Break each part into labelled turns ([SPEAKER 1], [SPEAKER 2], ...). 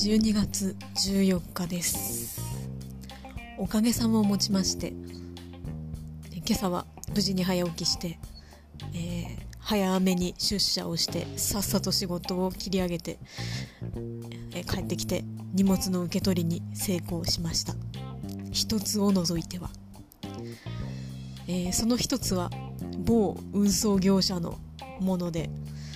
[SPEAKER 1] 12月14日です。おかげさまをもちまして今朝は無事に早起きして、早めに出社をしてさっさと仕事を切り上げて、帰ってきて荷物の受け取りに成功しました。一つを除いては、その一つは某運送業者のもので、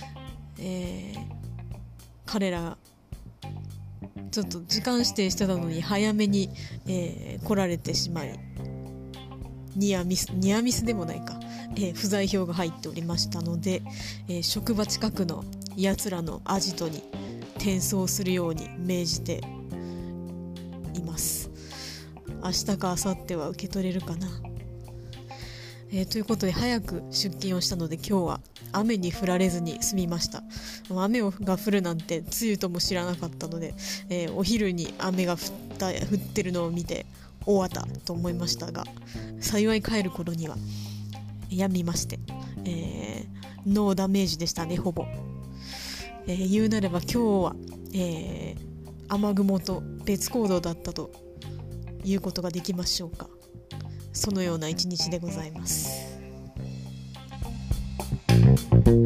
[SPEAKER 1] 彼らがちょっと時間指定してたのに早めに、来られてしまい、ニアミスでもないか、不在票が入っておりましたので、職場近くのやつらのアジトに転送するように命じています。明日か明後日は受け取れるかな。ということで早く出勤をしたので今日は雨に降られずに済みました。雨が降るなんて梅雨とも知らなかったので、お昼に雨が降ってるのを見て大当たと思いましたが、幸い帰る頃には止みまして、ノーダメージでしたね、ほぼ。言うなれば今日は、雨雲と別行動だったということができましょうか。そのような一日でございます。